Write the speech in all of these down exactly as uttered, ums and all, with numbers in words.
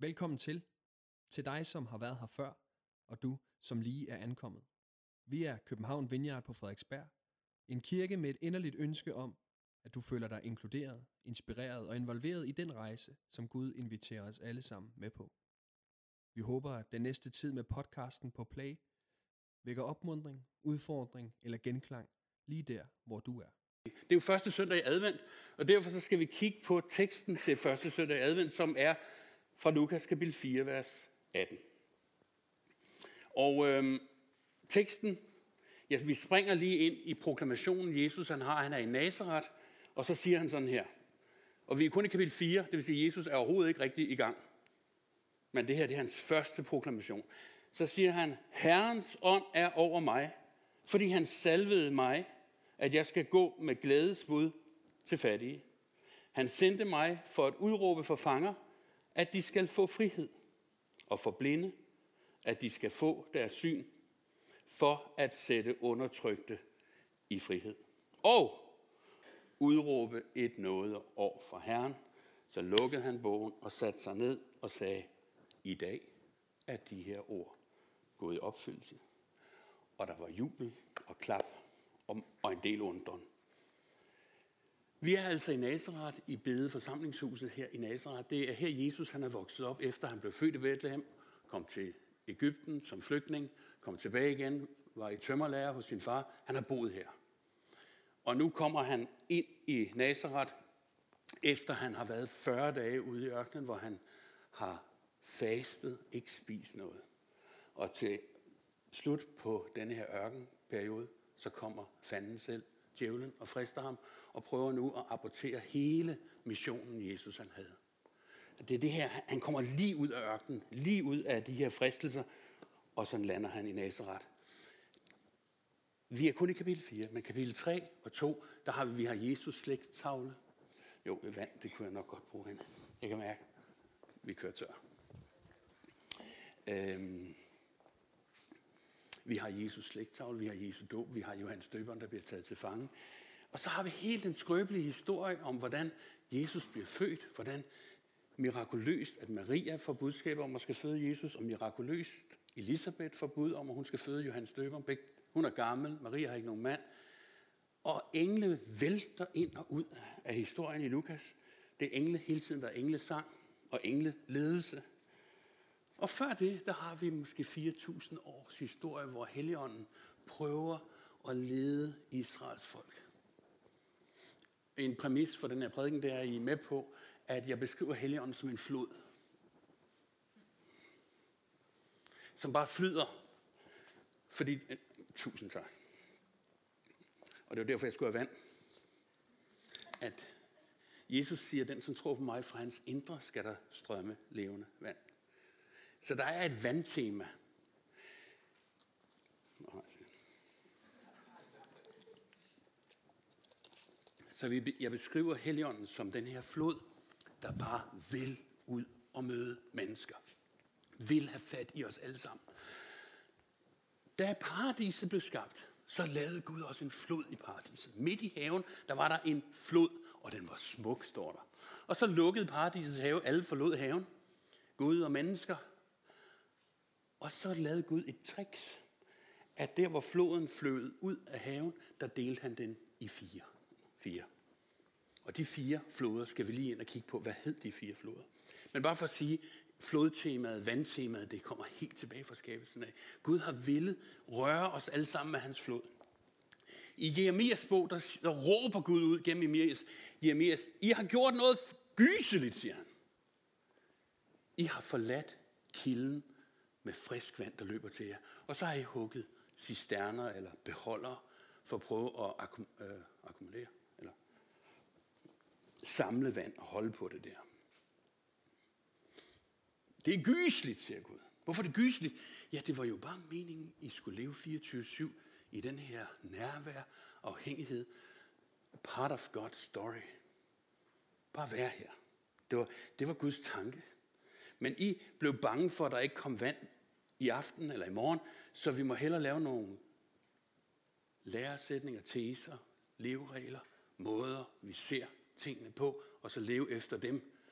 Velkommen til. Til dig, som har været her før, og du, som lige er ankommet. Vi er København Vineyard på Frederiksberg. En kirke med et inderligt ønske om, at du føler dig inkluderet, inspireret og involveret i den rejse, som Gud inviterer os alle sammen med på. Vi håber, at den næste tid med podcasten på Play vækker opmuntring, udfordring eller genklang lige der, hvor du er. Det er jo første søndag i advent, og derfor så skal vi kigge på teksten til første søndag i advent, som er fra Lukas kapitel fire, vers atten. Og øhm, teksten, ja, vi springer lige ind i proklamationen, Jesus han har, han er i Nazaret, og så siger han sådan her. Og vi er kun i kapitel fire, det vil sige, at Jesus er overhovedet ikke rigtig i gang. Men det her, det er hans første proklamation. Så siger han, Herrens ånd er over mig, fordi han salvede mig, at jeg skal gå med glædesbud til fattige. Han sendte mig for at udråbe for fanger, at de skal få frihed, og for blinde, at de skal få deres syn, for at sætte undertrykte i frihed. Og udråbe et nådeår for Herren. Så lukkede han bogen og satte sig ned og sagde, i dag er de her ord gået i opfyldelse. Og der var jubel og klap og en del undren. Vi er altså i Nazaret, i Bede forsamlingshuset her i Nazaret. Det er her Jesus han er vokset op, efter han blev født i Bethlehem, kom til Egypten som flygtning, kom tilbage igen, var i tømmerlærer hos sin far. Han har boet her. Og nu kommer han ind i Nazaret, efter han har været fyrre dage ude i ørkenen, hvor han har fastet, ikke spist noget. Og til slut på denne her ørkenperiode, så kommer fanden selv, djævlen, og frister ham, og prøver nu at abortere hele missionen, Jesus han havde. Det er det her, han kommer lige ud af ørkenen, lige ud af de her fristelser, og så lander han i Nazaret. Vi er kun i kapitel fire, men kapitel tre og to, der har vi, vi har Jesus slægtstavle. Jo, vand, det kunne jeg nok godt bruge hende. Jeg kan mærke, vi kører tør. Øhm. Vi har Jesus slægtstavle, vi har Jesu dåb, vi har Johannes Døberen, der bliver taget til fange. Og så har vi helt den skrøbelige historie om, hvordan Jesus bliver født, hvordan mirakuløst, at Maria får budskab om, at skal føde Jesus, og mirakuløst Elisabeth får bud om, at hun skal føde Johannes Døberen. Hun er gammel, Maria har ikke nogen mand. Og engle vælter ind og ud af historien i Lukas. Det er engle hele tiden, der er englesang og engleledelse. Og før det, der har vi måske fire tusind års historie, hvor Helligånden prøver at lede Israels folk. En præmis for den her prædiken, der er I med på, at jeg beskriver Helligånden som en flod. Som bare flyder. Fordi, tusind tak. Og det var derfor, jeg skulle have vand. At Jesus siger, den som tror på mig, fra hans indre skal der strømme levende vand. Så der er et vandtema. Så vi, jeg beskriver Helligånden som den her flod, der bare vil ud og møde mennesker. Vil have fat i os alle sammen. Da paradiset blev skabt, så lavede Gud også en flod i paradiset. Midt i haven, der var der en flod, og den var smuk, står der. Og så lukkede paradisets have, alle forlod haven. Gud og mennesker. Og så lavede Gud et triks, at der hvor floden flød ud af haven, der delte han den i fire. fire. Og de fire floder skal vi lige ind og kigge på, hvad hed de fire floder. Men bare for at sige, flodtemaet, vandtemaet, det kommer helt tilbage fra skabelsen af. Gud har villet røre os alle sammen med hans flod. I Jeremias bog, der, der råber Gud ud gennem Jeremias, Jeremias, I har gjort noget gyseligt, siger han. I har forladt kilden med frisk vand, der løber til jer. Og så har I hugget cisterner eller beholdere for at prøve at akkum- øh, akkumulere, eller samle vand og holde på det der. Det er gyseligt, siger Gud. Hvorfor er det gyseligt? Ja, det var jo bare meningen, I skulle leve fireogtyve syv i den her nærvær og afhængighed. Part of God's story. Bare være her. Det var, det var Guds tanke. Men I blev bange for, at der ikke kom vand i aften eller i morgen, så vi må hellere lave nogle læresætninger, teser, leveregler, måder, vi ser tingene på, og så leve efter dem.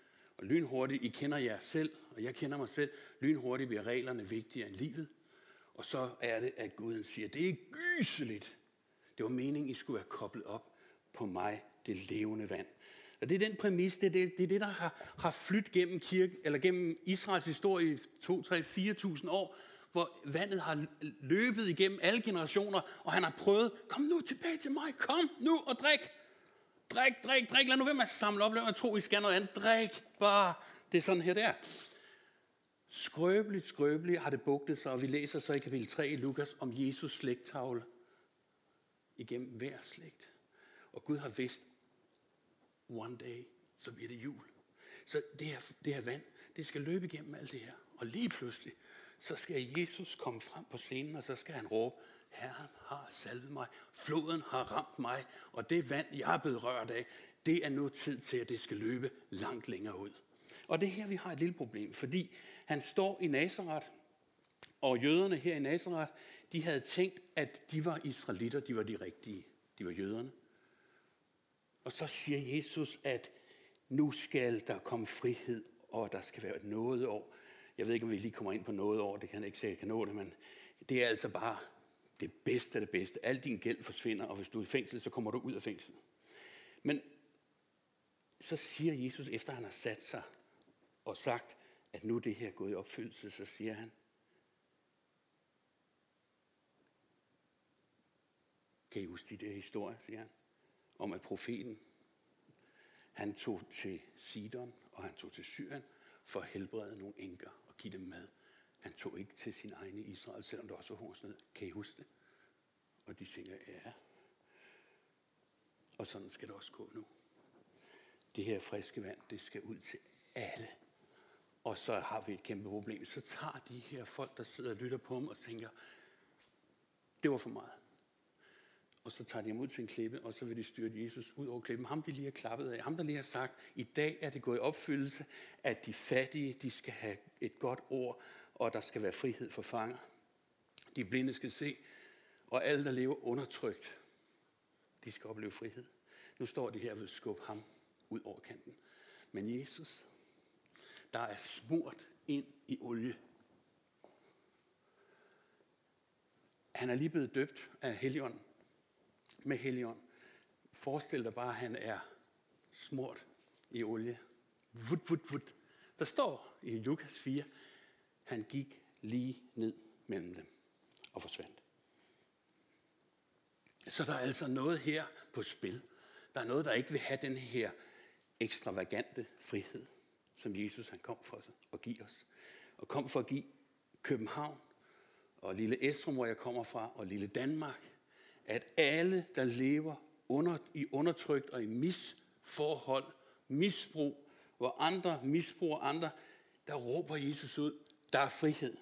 Og lynhurtigt, I kender jer selv, og jeg kender mig selv, lynhurtigt bliver reglerne vigtigere end livet. Og så er det, at Gud siger, det er gyseligt. Det var meningen, I skulle være koblet op på mig, det levende vand. Og det er den præmis, det er det, det, er det der har, har flyttet gennem kirke, eller gennem Israels historie i to, tre, fire tusind år, hvor vandet har løbet igennem alle generationer, og han har prøvet, kom nu tilbage til mig, kom nu og drik. Drik, drik, drik, lad nu være med at samle op, lad mig tro, I skal noget andet. Drik bare. Det er sådan her der. Skrøbeligt, skrøbeligt har det bugtet sig, og vi læser så i kapitel tre i Lukas om Jesus slægttavle igennem hver slægt. Og Gud har vidst, one day, så bliver det jul. Så det her, det her vand, det skal løbe igennem alt det her. Og lige pludselig, så skal Jesus komme frem på scenen, og så skal han råbe, Herren har salvet mig, floden har ramt mig, og det vand, jeg er blevet rørt af, det er nu tid til, at det skal løbe langt længere ud. Og det er her, vi har et lille problem, fordi han står i Nazaret, og jøderne her i Nazaret, de havde tænkt, at de var israelitter, de var de rigtige, de var jøderne. Og så siger Jesus, at nu skal der komme frihed, og der skal være et nådeår. Jeg ved ikke, om vi lige kommer ind på nådeår, det kan jeg ikke sige, jeg kan nå det, men det er altså bare det bedste af det bedste. Al din gæld forsvinder, og hvis du er i fængsel, så kommer du ud af fængsel. Men så siger Jesus, efter han har sat sig og sagt, at nu det her er gået i opfyldelse, så siger han, kan I huske de der historier, siger han, om at profeten, han tog til Sidon, og han tog til Syrien, for at helbrede nogle enker og give dem mad. Han tog ikke til sin egne Israel, selvom der også var hungersnød. Kan I huske det? Og de siger, ja. Og sådan skal det også gå nu. Det her friske vand, det skal ud til alle. Og så har vi et kæmpe problem. Så tager de her folk, der sidder og lytter på dem, og tænker, det var for meget. Og så tager de ham ud til en klippe, og så vil de styrte Jesus ud over klippen. Ham, de lige har klappet af. Ham, der lige har sagt, i dag er det gået i opfyldelse, at de fattige, de skal have et godt ord, og der skal være frihed for fanger. De blinde skal se, og alle, der lever undertrykt, de skal opleve frihed. Nu står de her og vil skubbe ham ud over kanten. Men Jesus, der er smurt ind i olie. Han er lige blevet døbt af Helligånden. Med Helligånd. Forestil dig bare, at han er smurt i olie. Vut, vut, vut. Der står i Lukas fire, han gik lige ned mellem dem og forsvandt. Så der er altså noget her på spil. Der er noget, der ikke vil have den her ekstravagante frihed, som Jesus han kom for os og give os. Og kom for at give København og lille Esrum, hvor jeg kommer fra, og lille Danmark, at alle, der lever under, i undertrykt og i misforhold, misbrug, hvor andre misbruger andre, der råber Jesus ud, der er frihed.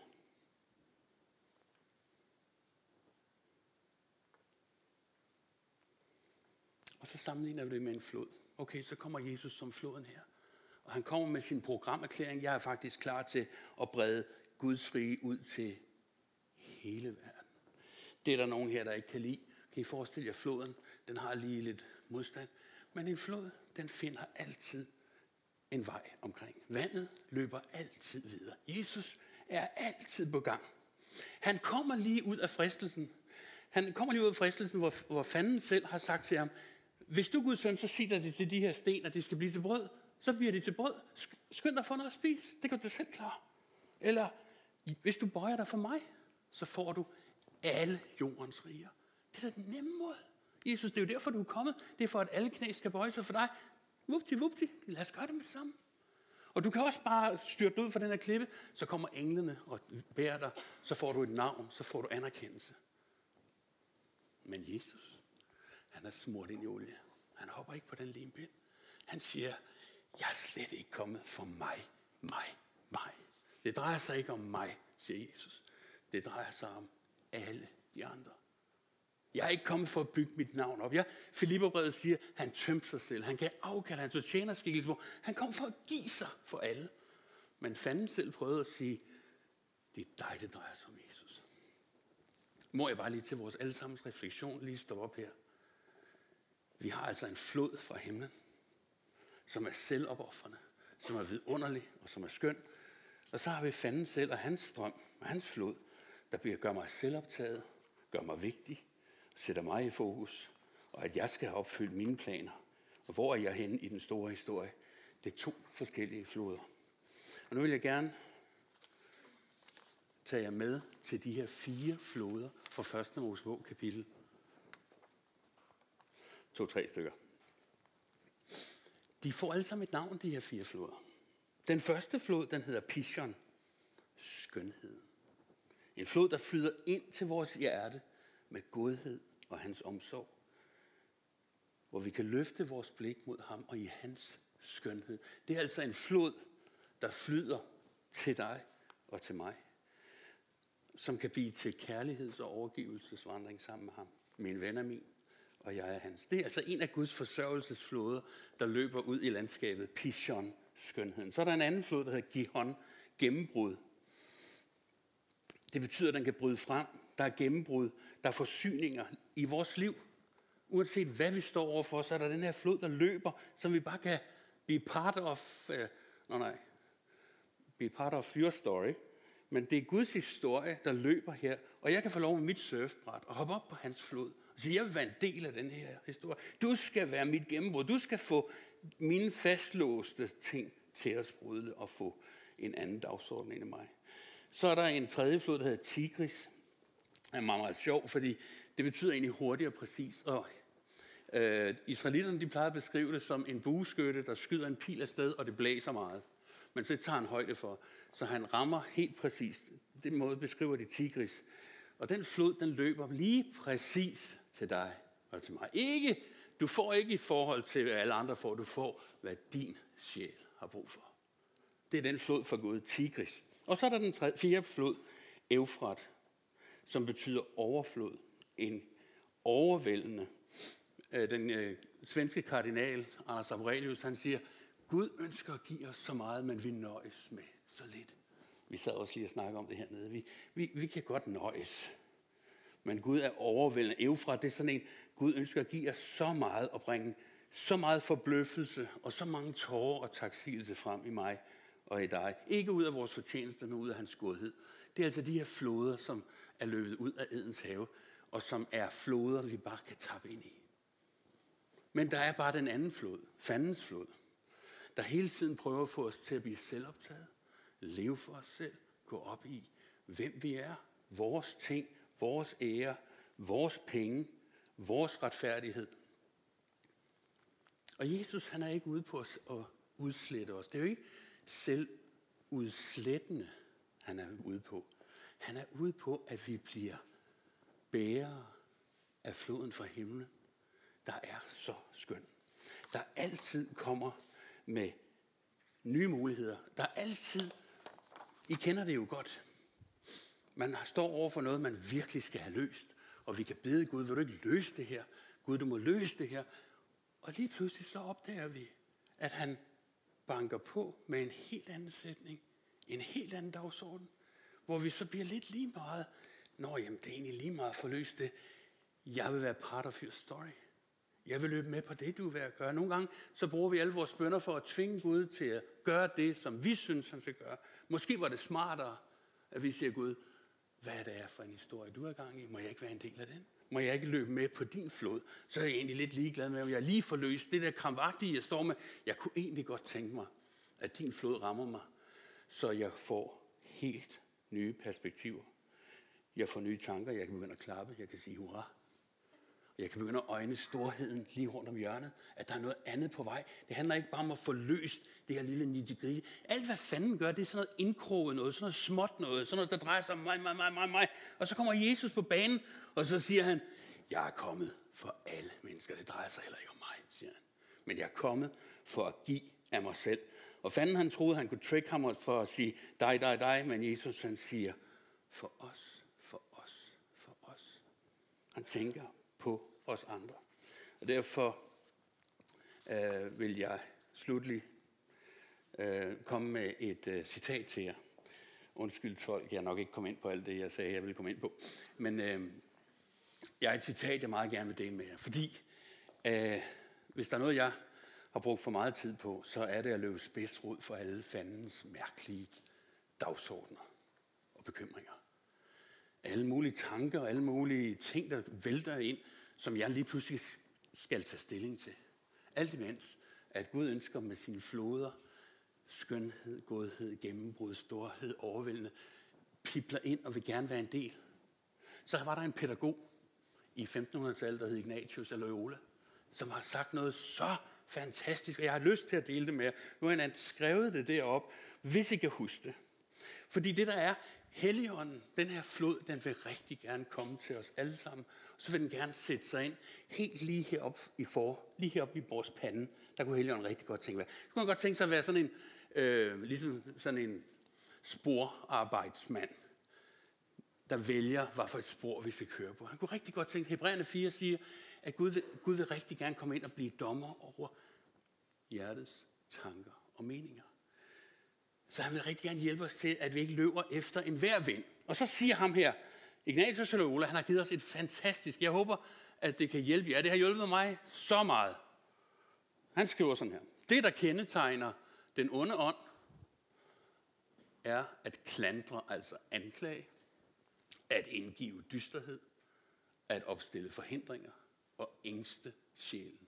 Og så sammenligner vi det med en flod. Okay, så kommer Jesus som floden her. Og han kommer med sin programerklæring. Jeg er faktisk klar til at brede Guds rige ud til hele verden. Det er der nogen her, der ikke kan lide. Kan I forestille jer floden? Den har lige lidt modstand. Men en flod, den finder altid en vej omkring. Vandet løber altid videre. Jesus er altid på gang. Han kommer lige ud af fristelsen. Han kommer lige ud af fristelsen, hvor, hvor fanden selv har sagt til ham, hvis du Guds søn, så sig dig det til de her sten, at det skal blive til brød. Så bliver det til brød. Skynd dig for noget at spise. Det kan du selv klare. Eller, hvis du bøjer dig for mig, så får du alle jordens riger. Det er da den nemme måde. Jesus, det er jo derfor, du er kommet. Det er for, at alle knæ skal bøje sig for dig. Vupti, vupti. Lad os gøre det med det samme. Og du kan også bare styrte ud fra den her klippe, så kommer englene og bærer dig. Så får du et navn, så får du anerkendelse. Men Jesus, han er smurt ind i olie. Han hopper ikke på den limpind. Han siger, jeg er slet ikke kommet for mig, mig, mig. Det drejer sig ikke om mig, siger Jesus. Det drejer sig om alle de andre. Jeg er ikke kommet for at bygge mit navn op. Jeg, Filipperbrevet siger, han tømte sig selv. Han gav afkald, han tog tjenerskikkelse på. Han kom for at give sig for alle. Men fanden selv prøvede at sige, det er dig, det drejer sig om Jesus. Må jeg bare lige til vores allesammens refleksion lige stoppe op her. Vi har altså en flod fra himlen, som er selvopoffrende, som er vidunderlig og som er skøn. Og så har vi fanden selv og hans strøm og hans flod, der bliver, gør mig selvoptaget, gør mig vigtig, sætter mig i fokus, og at jeg skal have opfyldt mine planer. Og hvor er jeg henne i den store historie? Det er to forskellige floder. Og nu vil jeg gerne tage jer med til de her fire floder fra første Mosebog kapitel. To-tre stykker. De får alle sammen et navn, de her fire floder. Den første flod, den hedder Pishon, skønhed. En flod, der flyder ind til vores hjerte med godhed og hans omsorg. Hvor vi kan løfte vores blik mod ham og i hans skønhed. Det er altså en flod, der flyder til dig og til mig. Som kan blive til kærligheds- og overgivelsesvandring sammen med ham. Min ven er min, og jeg er hans. Det er altså en af Guds forsørgelsesfloder, der løber ud i landskabet. Pishon, skønheden. Så er der en anden flod, der hedder Gihon, gennembrud. Det betyder, at den kan bryde frem. Der er gennembrud. Der er forsyninger i vores liv. Uanset hvad vi står overfor, så er der den her flod, der løber, som vi bare kan be part of, uh, no, nej, be part of your story. Men det er Guds historie, der løber her. Og jeg kan få lov med mit surfbræt og hoppe op på hans flod. Og sige, jeg vil være en del af den her historie. Du skal være mit gennembrud. Du skal få mine fastlåste ting til at sprudle og få en anden dagsorden end mig. Så er der en tredje flod, der hedder Tigris. Det er meget, meget sjov, fordi det betyder egentlig hurtigt og præcis. Og øh, israelitterne, de plejer at beskrive det som en bueskytte, der skyder en pil afsted, og det blæser meget. Men så tager han højde for, så han rammer helt præcist. Den måde beskriver de Tigris. Og den flod, den løber lige præcis til dig og til mig. Ikke, du får ikke i forhold til, hvad alle andre får. Du får, hvad din sjæl har brug for. Det er den flod for Gud, Tigris. Og så er der den tredje, fjerde flod, Eufrat, som betyder overflod. En overvældende. Den øh, svenske kardinal, Anders Aurelius, han siger, Gud ønsker at give os så meget, men vi nøjes med så lidt. Vi sad også lige og snakkede om det hernede. Vi, vi, vi kan godt nøjes. Men Gud er overvældende. Eufrat, det er sådan en, Gud ønsker at give os så meget og bringe så meget forbløffelse og så mange tårer og taksigelse frem i mig og i dig. Ikke ud af vores fortjeneste, men ud af hans godhed. Det er altså de her floder, som er løbet ud af Edens have, og som er floder, vi bare kan tappe ind i. Men der er bare den anden flod, fandens flod, der hele tiden prøver at få os til at blive selvoptaget, leve for os selv, gå op i, hvem vi er, vores ting, vores ære, vores penge, vores retfærdighed. Og Jesus, han er ikke ude på os at udslette os. Det er jo ikke selvudslættende, han er ude på. Han er ude på, at vi bliver bærere af floden fra himlen, der er så skøn. Der altid kommer med nye muligheder. Der er altid, I kender det jo godt, man står over for noget, man virkelig skal have løst, og vi kan bede Gud, vil du ikke løse det her? Gud, du må løse det her. Og lige pludselig så opdager vi, at han banker på med en helt anden sætning, en helt anden dagsorden, hvor vi så bliver lidt lige meget, nå jamen, det er egentlig lige meget for at løse det. Jeg vil være part of your story. Jeg vil løbe med på det, du er ved at gøre. Nogle gange så bruger vi alle vores bønner for at tvinge Gud til at gøre det, som vi synes, han skal gøre. Måske var det smartere, at vi siger, Gud, hvad er det for en historie, du er i gang i? Må jeg ikke være en del af den? Må jeg ikke løbe med på din flod? Så er jeg egentlig lidt ligeglad med, om jeg lige får løst det der krampagtige, jeg står med. Jeg kunne egentlig godt tænke mig, at din flod rammer mig, så jeg får helt nye perspektiver. Jeg får nye tanker, jeg kan begynde at klappe, jeg kan sige hurra. Jeg kan begynde at øjne storheden lige rundt om hjørnet, at der er noget andet på vej. Det handler ikke bare om at få løst det her lille nitty-gritty. Alt hvad fanden gør, det er sådan noget indkroget noget, sådan noget småt noget, sådan noget, der drejer sig om mig, mig, mig, mig, mig. Og så kommer Jesus på banen, og så siger han, jeg er kommet for alle mennesker. Det drejer sig heller ikke om mig, siger han. Men jeg er kommet for at give af mig selv. Og fanden han troede, han kunne trick ham for at sige, dig, dig, dig, men Jesus han siger, for os, for os, for os. Han tænker på os andre. Og derfor øh, vil jeg slutlig øh, komme med et øh, citat til jer. Undskyld folk, jeg er nok ikke kommet ind på alt det, jeg sagde, jeg ville komme ind på. Men øh, jeg har et citat, jeg meget gerne vil dele med jer. Fordi øh, hvis der er noget, jeg har brugt for meget tid på, så er det at løbe spidsrod for alle fandens mærkelige dagsordner og bekymringer. Alle mulige tanker, alle mulige ting, der vælter ind, som jeg lige pludselig skal tage stilling til. Alt imens, at Gud ønsker med sine floder, skønhed, godhed, gennembrud, storhed, overvældende, pipler ind og vil gerne være en del. Så var der en pædagog i femtenhundredetallet, der hed Ignatius af Loyola, som har sagt noget så fantastisk, og jeg har lyst til at dele det med jer. Nu har han skrevet det derop, hvis I kan huske det. Fordi det der er, Helligånden, den her flod, den vil rigtig gerne komme til os alle sammen. Så vil den gerne sætte sig ind helt lige heroppe i for, lige heroppe i vores pande. Der kunne Helligånden rigtig godt tænke sig. Så kunne man godt tænke sig at være sådan en, øh, ligesom sådan en sporarbejdsmand, der vælger, hvad for et spor vi skal køre på. Han kunne rigtig godt tænke sig, Hebræerne fire siger, at Gud vil, Gud vil rigtig gerne komme ind og blive dommer over hjertets tanker og meninger. Så han vil rigtig gerne hjælpe os til, at vi ikke løber efter enhver vind. Og så siger ham her, Ignatius af Loyola, han har givet os et fantastisk, jeg håber, at det kan hjælpe jer. Det har hjulpet mig så meget. Han skriver sådan her. Det, der kendetegner den onde ånd, er at klandre, altså anklage, at indgive dysterhed, at opstille forhindringer og ængste sjælen.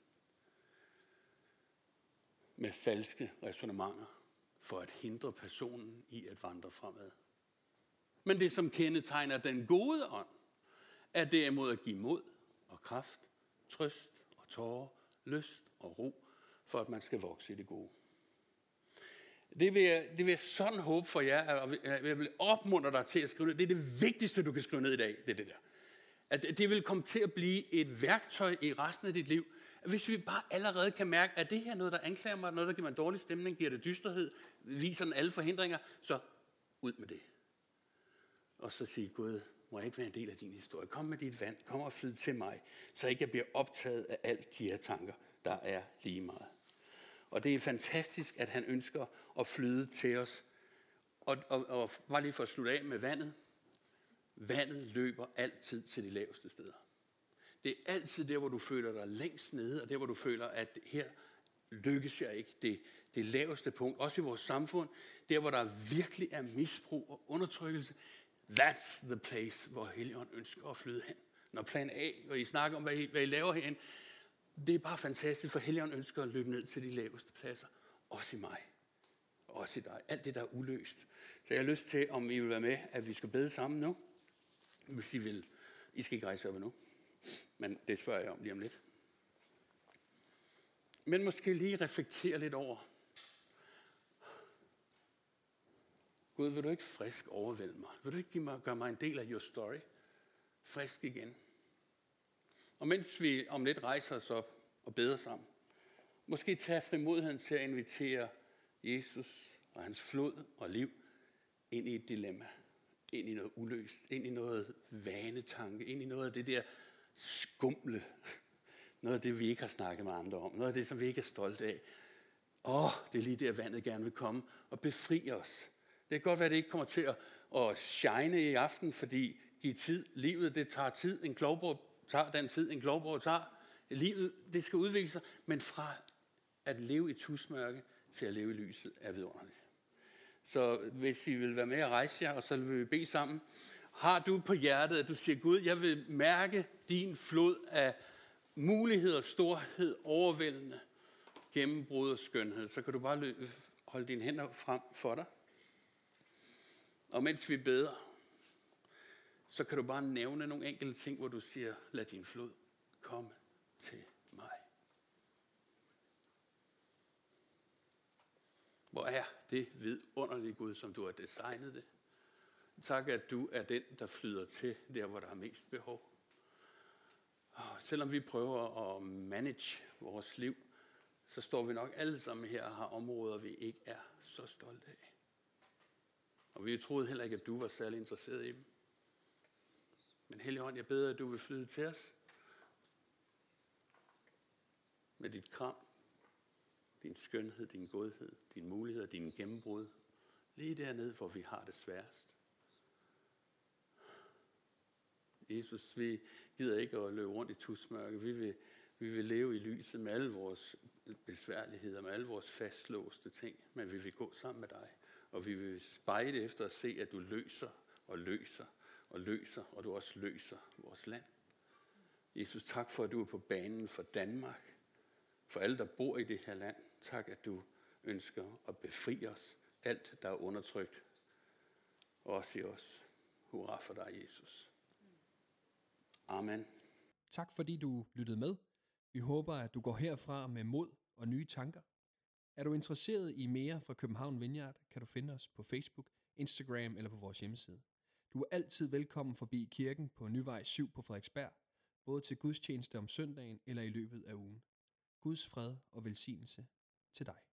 Med falske ræsonnementer for at hindre personen i at vandre fremad. Men det, som kendetegner den gode ånd, er derimod at give mod og kraft, trøst og tårer, lyst og ro, for at man skal vokse i det gode. Det vil jeg, det vil jeg sådan håbe for jer, og jeg vil opmuntre dig til at skrive ned. Det er det vigtigste, du kan skrive ned i dag, det er det der. At det vil komme til at blive et værktøj i resten af dit liv. Hvis vi bare allerede kan mærke, at det her er noget, der anklager mig, noget, der giver mig en dårlig stemning, giver det dysterhed, viser den alle forhindringer, så ud med det. Og så sige, Gud, må jeg ikke være en del af din historie. Kom med dit vand, kom og flyd til mig, så jeg ikke bliver optaget af alle de her tanker, der er lige meget. Og det er fantastisk, at han ønsker at flyde til os. Og, og, og bare lige for at slutte af med vandet. Vandet løber altid til de laveste steder. Det er altid der, hvor du føler dig længst nede, og der, hvor du føler, at her lykkes jeg ikke. Det, det laveste punkt, også i vores samfund, der, hvor der virkelig er misbrug og undertrykkelse. That's the place, hvor Helligånden ønsker at flyde hen. Når plan A, hvor I snakker om, hvad I, hvad I laver herinde, det er bare fantastisk, for Helligånden ønsker at løbe ned til de laveste pladser. Også i mig. Også i dig. Alt det, der er uløst. Så jeg har lyst til, om I vil være med, at vi skal bede sammen nu. Hvis I vil. I skal ikke rejse op nu. Men det spørger jeg om lige om lidt. Men måske lige reflektere lidt over. Gud, vil du ikke frisk overvælde mig? Vil du ikke give mig, gøre mig en del af your story? Frisk igen. Og mens vi om lidt rejser os op og beder sammen, måske tage frimodigheden til at invitere Jesus og hans flod og liv ind i et dilemma, ind i noget uløst, ind i noget vanetanke, ind i noget af det der skumle, noget af det, vi ikke har snakket med andre om, noget af det, som vi ikke er stolte af. Åh, det er lige der, vandet gerne vil komme og befri os. Det kan godt være, at det ikke kommer til at, at shine i aften, fordi give tid, livet, det tager tid, en klovbord tager den tid, en klovbord tager. Livet, det skal udvikle sig, men fra at leve i tusmørke til at leve i lyset er vidunderligt. Så hvis I vil være med at rejse jer, og så vil vi bede sammen. Har du på hjertet, at du siger, Gud, jeg vil mærke din flod af muligheder, storhed, overvældende, gennembrud og skønhed, så kan du bare løbe, holde dine hænder frem for dig. Og mens vi beder, så kan du bare nævne nogle enkelte ting, hvor du siger, lad din flod komme til mig. Hvor er det vidunderlige Gud, som du har designet det. Tak, at du er den, der flyder til der, hvor der er mest behov. Og selvom vi prøver at manage vores liv, så står vi nok alle sammen her og har områder, vi ikke er så stolte af. Og vi troede heller ikke, at du var særlig interesseret i dem. Men Helligånd, jeg beder, at du vil flyde til os med dit kram, din skønhed, din godhed, din muligheder, din gennembrud. Lige dernede, hvor vi har det sværest. Jesus, vi gider ikke at løbe rundt i tusmørke. Vi vil, Vi vil leve i lyset med alle vores besværligheder, med alle vores fastlåste ting, men vi vil gå sammen med dig. Og vi vil spejde efter at se, at du løser og løser og løser, og du også løser vores land. Jesus, tak for, at du er på banen for Danmark, for alle, der bor i det her land. Tak, at du ønsker at befri os, alt, der er undertrykt, og også i os. Hurra for dig, Jesus. Amen. Tak fordi du lyttede med. Vi håber, at du går herfra med mod og nye tanker. Er du interesseret i mere fra København Vineyard, kan du finde os på Facebook, Instagram eller på vores hjemmeside. Du er altid velkommen forbi kirken på Nyvej syv på Frederiksberg, både til gudstjeneste om søndagen eller i løbet af ugen. Guds fred og velsignelse til dig.